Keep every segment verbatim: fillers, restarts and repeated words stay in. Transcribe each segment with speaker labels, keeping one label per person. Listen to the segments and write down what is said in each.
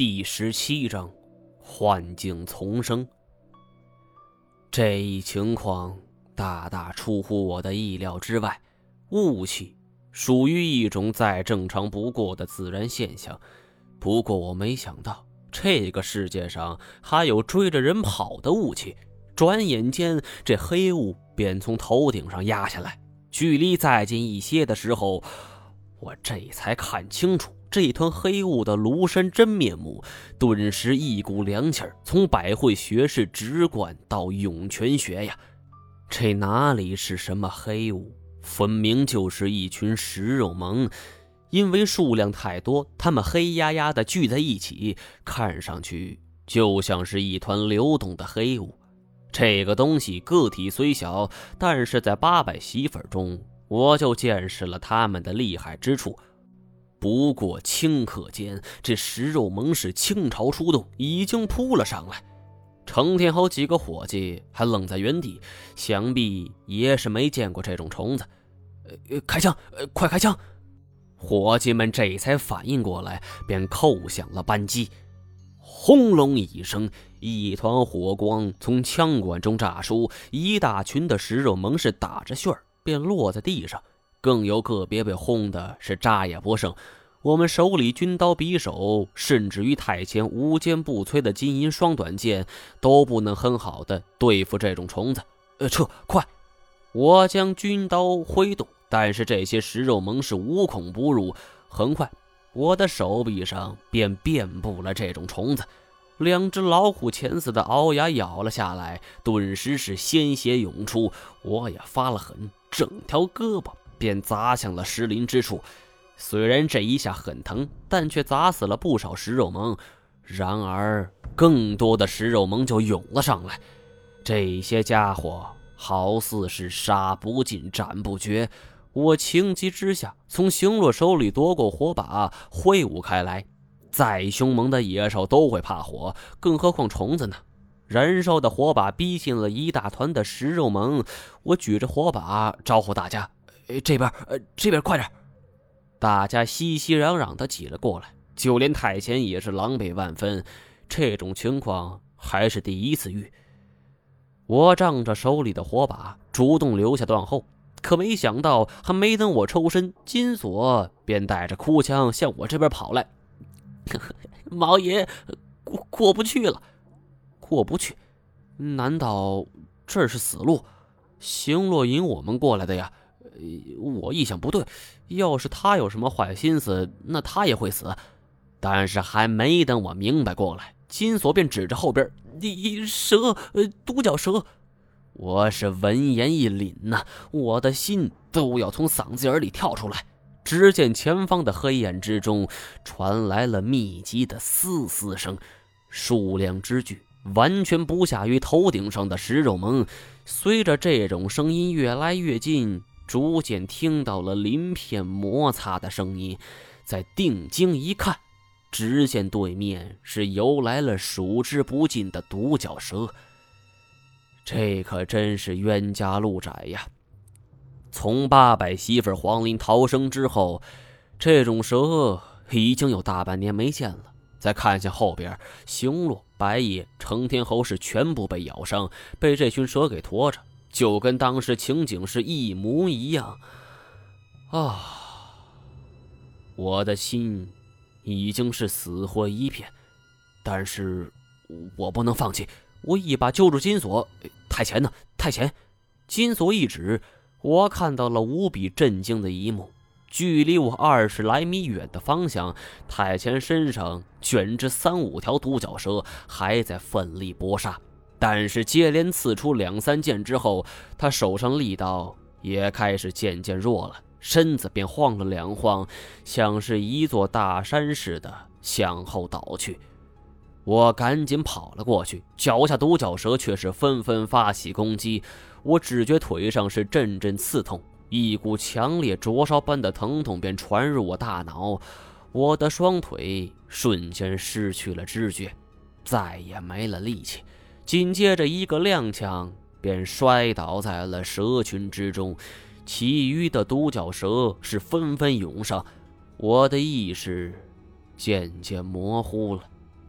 Speaker 1: 第十七章幻境丛生。这一情况大大出乎我的意料之外，雾气属于一种再正常不过的自然现象，不过我没想到这个世界上还有追着人跑的雾气。转眼间这黑雾便从头顶上压下来，距离再近一些的时候，我这才看清楚这团黑雾的庐山真面目，顿时一股凉气儿从百会学士直灌到涌泉穴呀！这哪里是什么黑雾，分明就是一群食肉獴。因为数量太多，它们黑压压的聚在一起，看上去就像是一团流动的黑雾。这个东西个体虽小，但是在八百媳妇中，我就见识了他们的厉害之处。不过顷刻间，这食肉獴是倾巢出动，已经扑了上来。程天豪几个伙计还愣在原地，想必也是没见过这种虫子。呃，开枪！呃，快开枪！伙计们这才反应过来，便扣响了扳机。轰隆一声，一团火光从枪管中炸出，一大群的食肉獴是打着旋儿便落在地上，更有个别被轰的是渣也不剩。我们手里军刀匕首，甚至于太前无坚不摧的金银双短剑，都不能很好的对付这种虫子。呃，撤，快！我将军刀挥动，但是这些食肉獴是无孔不入。很快我的手臂上便遍布了这种虫子，两只老虎钳似的獒牙咬了下来，顿时是鲜血涌出，我也发了狠，整条胳膊便砸向了石林之处。虽然这一下很疼，但却砸死了不少食肉獴。然而更多的食肉獴就涌了上来，这些家伙好似是杀不尽斩不绝。我情急之下从行洛手里夺过火把，挥舞开来。再凶猛的野兽都会怕火，更何况虫子呢？燃烧的火把逼近了一大团的食肉獴，我举着火把招呼大家：“这边，呃，这边快点！”大家熙熙攘攘地挤了过来，就连太前也是狼狈万分。这种情况还是第一次遇。我仗着手里的火把，主动留下断后。可没想到，还没等我抽身，金锁便带着哭腔向我这边跑来。毛爷，过过不去了，过不去？难道这是死路？行洛引我们过来的呀。我一想不对，要是他有什么坏心思，那他也会死。但是还没等我明白过来，金锁便指着后边：“你蛇，呃，独角蛇！”我是闻言一凛呐、啊，我的心都要从嗓子眼里跳出来。只见前方的黑暗之中传来了密集的嘶嘶声，数量之巨，完全不下于头顶上的食肉獴。随着这种声音越来越近，逐渐听到了鳞片摩擦的声音。再定睛一看，只见对面是游来了数之不尽的独角蛇。这可真是冤家路窄呀！从八百媳妇黄林逃生之后，这种蛇已经有大半年没见了。再看向后边，行洛、白夜、程天侯是全部被咬伤，被这群蛇给驮着，就跟当时情景是一模一样。啊！我的心已经是死灰一片，但是我不能放弃。我一把揪住金锁，太前呢？太前！金锁一指，我看到了无比震惊的一幕。距离我二十来米远的方向，太前身上卷着三五条独角蛇，还在奋力搏杀。但是接连刺出两三剑之后，他手上力道也开始渐渐弱了，身子便晃了两晃，像是一座大山似的向后倒去。我赶紧跑了过去，脚下独角蛇却是纷纷发起攻击。我只觉腿上是阵阵刺痛，一股强烈灼烧般的疼痛便传入我大脑，我的双腿瞬间失去了知觉，再也没了力气。紧接着一个踉跄，便摔倒在了蛇群之中。其余的独角蛇是纷纷涌上，我的意识渐渐模糊了。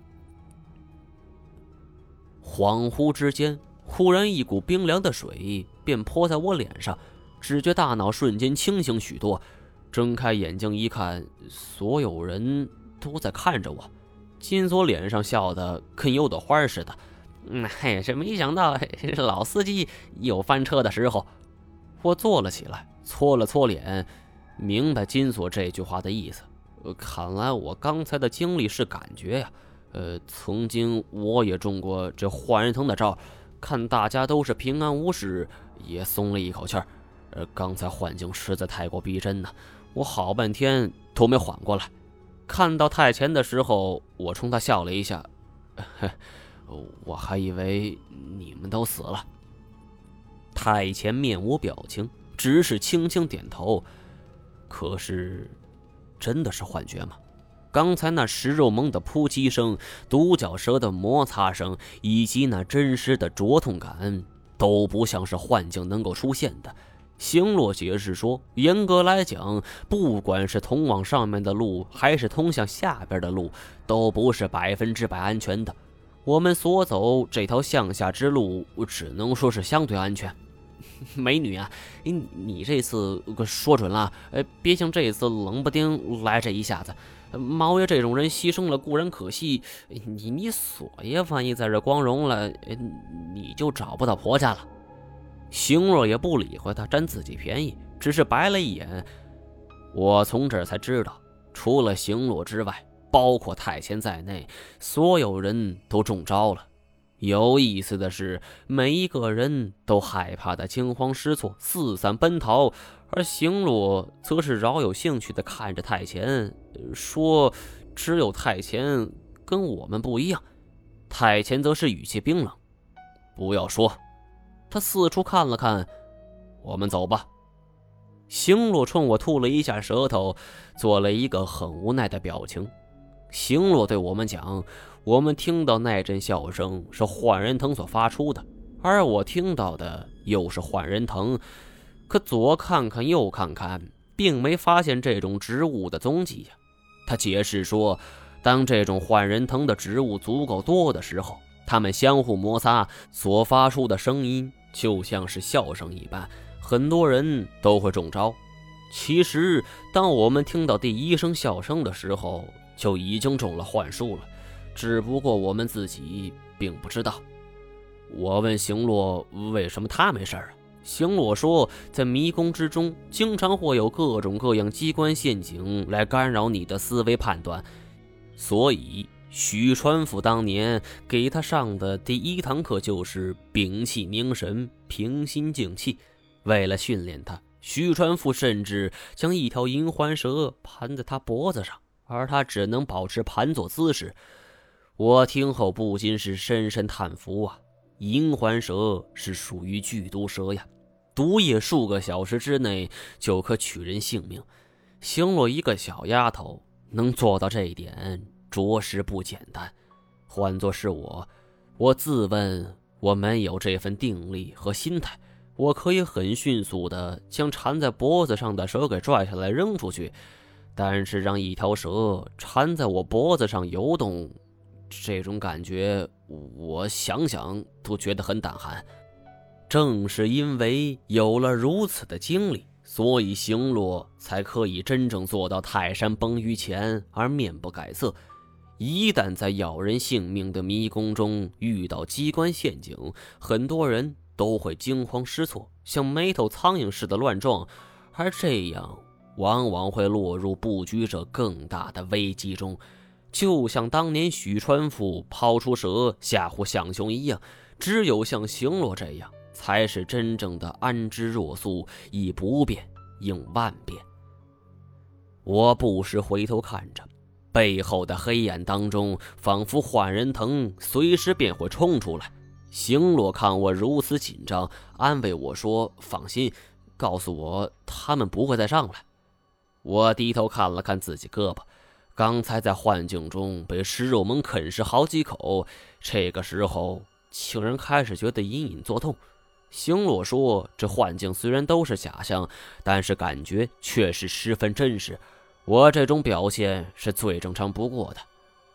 Speaker 1: 恍惚之间，忽然一股冰凉的水便泼在我脸上，只觉大脑瞬间清醒许多。睁开眼睛一看，所有人都在看着我。金锁脸上笑得跟有朵花似的。嗯，嘿，这没想到老司机有翻车的时候。我坐了起来，搓了搓脸，明白金锁这句话的意思。呃，看来我刚才的经历是感觉呀。呃，曾经我也中过这换人疼的招，看大家都是平安无事，也松了一口气儿。呃，刚才幻境实在太过逼真了，我好半天都没缓过来。看到太前的时候，我冲他笑了一下，呵，我还以为你们都死了。太前面无表情，只是轻轻点头。可是，真的是幻觉吗？刚才那食肉虻的扑击声、独角蛇的摩擦声，以及那真实的灼痛感，都不像是幻境能够出现的。星洛解释说，严格来讲，不管是通往上面的路，还是通向下边的路，都不是百分之百安全的。我们所走这条向下之路，只能说是相对安全。美女啊，你你这次说准了，别像这次冷不丁来这一下子。毛爷这种人牺牲了固然可惜，你你锁爷万一在这光荣了，你就找不到婆家了。星若也不理会他，占自己便宜，只是白了一眼。我从这儿才知道，除了星若之外，包括太前在内，所有人都中招了。有意思的是，每一个人都害怕的惊慌失措，四散奔逃，而星洛则是饶有兴趣地看着太前，说只有太前跟我们不一样。太前则是语气冰冷，不要说。他四处看了看，我们走吧。星洛冲我吐了一下舌头，做了一个很无奈的表情。星洛对我们讲，我们听到那阵笑声是换人藤所发出的，而我听到的又是换人藤。可左看看右看看，并没发现这种植物的踪迹呀。他解释说，当这种换人藤的植物足够多的时候，它们相互摩擦所发出的声音就像是笑声一般，很多人都会中招。其实当我们听到第一声笑声的时候，就已经中了幻术了，只不过我们自己并不知道。我问星洛为什么他没事啊？星洛说，在迷宫之中经常会有各种各样机关陷阱来干扰你的思维判断，所以许川府当年给他上的第一堂课就是屏气凝神，平心静气。为了训练他，许川府甚至将一条银环蛇盘在他脖子上，而他只能保持盘坐姿势。我听后不禁是深深叹服啊！银环蛇是属于剧毒蛇呀，毒液数个小时之内就可取人性命。星洛一个小丫头能做到这一点，着实不简单。换作是我，我自问我没有这份定力和心态，我可以很迅速地将缠在脖子上的蛇给拽下来扔出去，但是让一条蛇缠在我脖子上游动，这种感觉我想想都觉得很胆寒。正是因为有了如此的经历，所以星洛才可以真正做到泰山崩于前而面不改色。一旦在要人性命的迷宫中遇到机关陷阱，很多人都会惊慌失措，像没头苍蝇似的乱撞，而这样往往会落入布局者更大的危机中。就像当年许川府抛出蛇吓唬项雄一样，只有像星洛这样，才是真正的安之若素，以不变应万变。我不时回头看着，背后的黑暗当中，仿佛换人藤随时便会冲出来。星洛看我如此紧张，安慰我说，放心，告诉我他们不会再上来。我低头看了看自己胳膊，刚才在幻境中被食肉虻啃食好几口，这个时候竟然开始觉得隐隐作痛。星洛说，这幻境虽然都是假象，但是感觉却是十分真实，我这种表现是最正常不过的。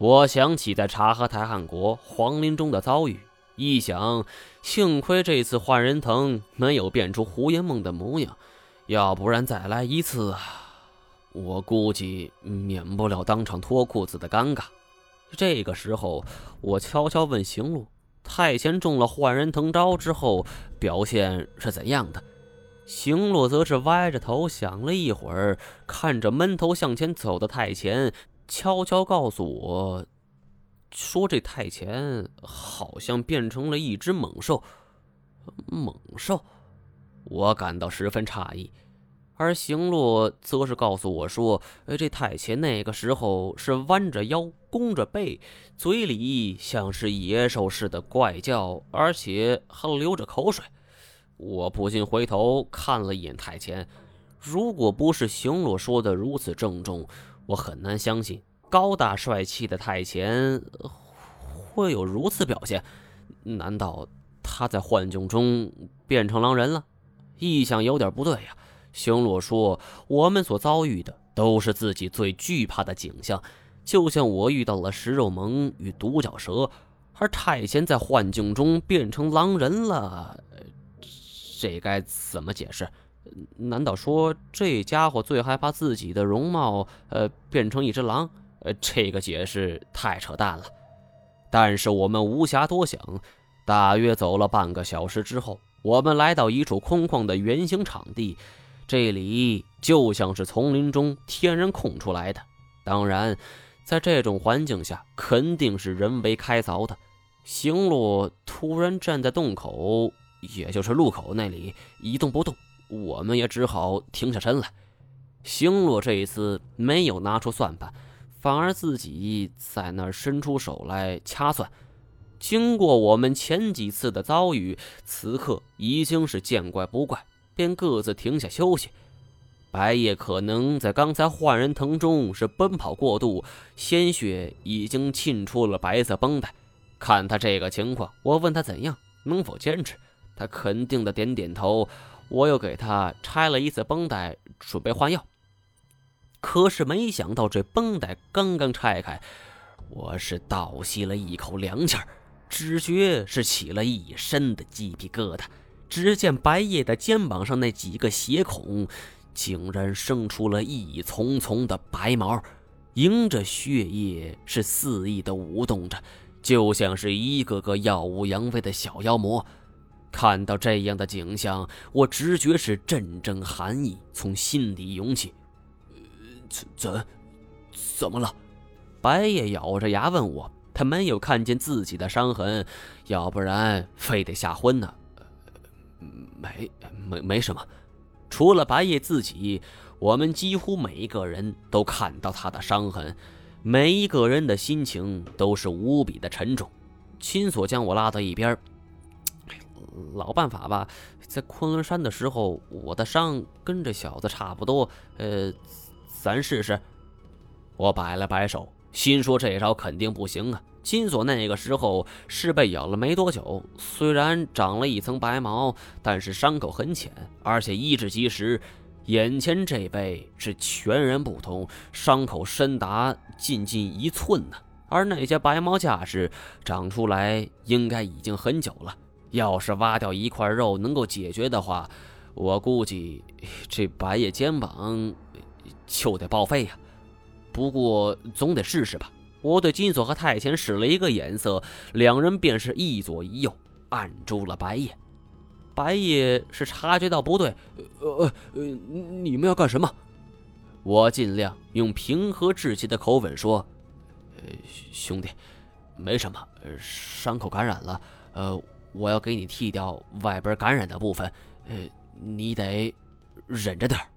Speaker 1: 我想起在察合台汗国皇陵中的遭遇，一想，幸亏这次换人藤没有变出胡延梦的模样，要不然再来一次啊，我估计免不了当场脱裤子的尴尬。这个时候，我悄悄问行路，太前中了换人藤招之后表现是怎样的？行路则是歪着头想了一会儿，看着闷头向前走的太前，悄悄告诉我说，这太前好像变成了一只猛兽。猛兽？我感到十分诧异。而行路则是告诉我说，这太前那个时候是弯着腰弓着背，嘴里像是野兽似的怪叫，而且还流着口水。我不禁回头看了一眼太前，如果不是行路说的如此郑重，我很难相信高大帅气的太前会有如此表现。难道他在幻境中变成狼人了？一想有点不对呀、啊。行路说，我们所遭遇的都是自己最惧怕的景象，就像我遇到了食肉獴与独角蛇，而太前在幻境中变成狼人了，这该怎么解释？难道说这家伙最害怕自己的容貌呃变成一只狼？呃，这个解释太扯淡了。但是我们无暇多想，大约走了半个小时之后，我们来到一处空旷的圆形场地。这里就像是丛林中天然空出来的，当然在这种环境下肯定是人为开凿的。行路突然站在洞口，也就是路口那里一动不动，我们也只好停下身来。行路这一次没有拿出算盘，反而自己在那儿伸出手来掐算。经过我们前几次的遭遇，此刻已经是见怪不怪，便各自停下休息。白夜可能在刚才换人藤中是奔跑过度，鲜血已经浸出了白色绷带。看他这个情况，我问他怎样，能否坚持，他肯定的点点头。我又给他拆了一次绷带，准备换药。可是没想到这绷带刚刚拆开，我是倒吸了一口凉气儿，只觉是起了一身的鸡皮疙瘩。只见白夜的肩膀上那几个血孔竟然生出了一丛丛的白毛，迎着血液是肆意的舞动着，就像是一个个耀武扬威的小妖魔。看到这样的景象，我直觉是阵阵寒意从心里涌起。怎怎怎么了？白夜咬着牙问我，他没有看见自己的伤痕，要不然非得吓昏呢。没没没什么，除了白夜自己，我们几乎每一个人都看到他的伤痕，每一个人的心情都是无比的沉重。亲所将我拉到一边，老办法吧，在昆仑山的时候，我的伤跟这小子差不多，呃，咱试试。我摆了摆手，心说这招肯定不行啊。金锁那个时候是被咬了没多久，虽然长了一层白毛，但是伤口很浅，而且医治及时。眼前这位是全然不同，伤口深达近近一寸呢、啊，而那些白毛架势长出来应该已经很久了。要是挖掉一块肉能够解决的话，我估计这白夜肩膀就得报废呀、啊。不过总得试试吧。我对金锁和太前使了一个眼色，两人便是一左一右按住了白夜。白夜是察觉到不对，呃呃，你们要干什么？我尽量用平和至极的口吻说：“呃，兄弟，没什么，伤口感染了，呃，我要给你剃掉外边感染的部分，呃，你得忍着点儿。”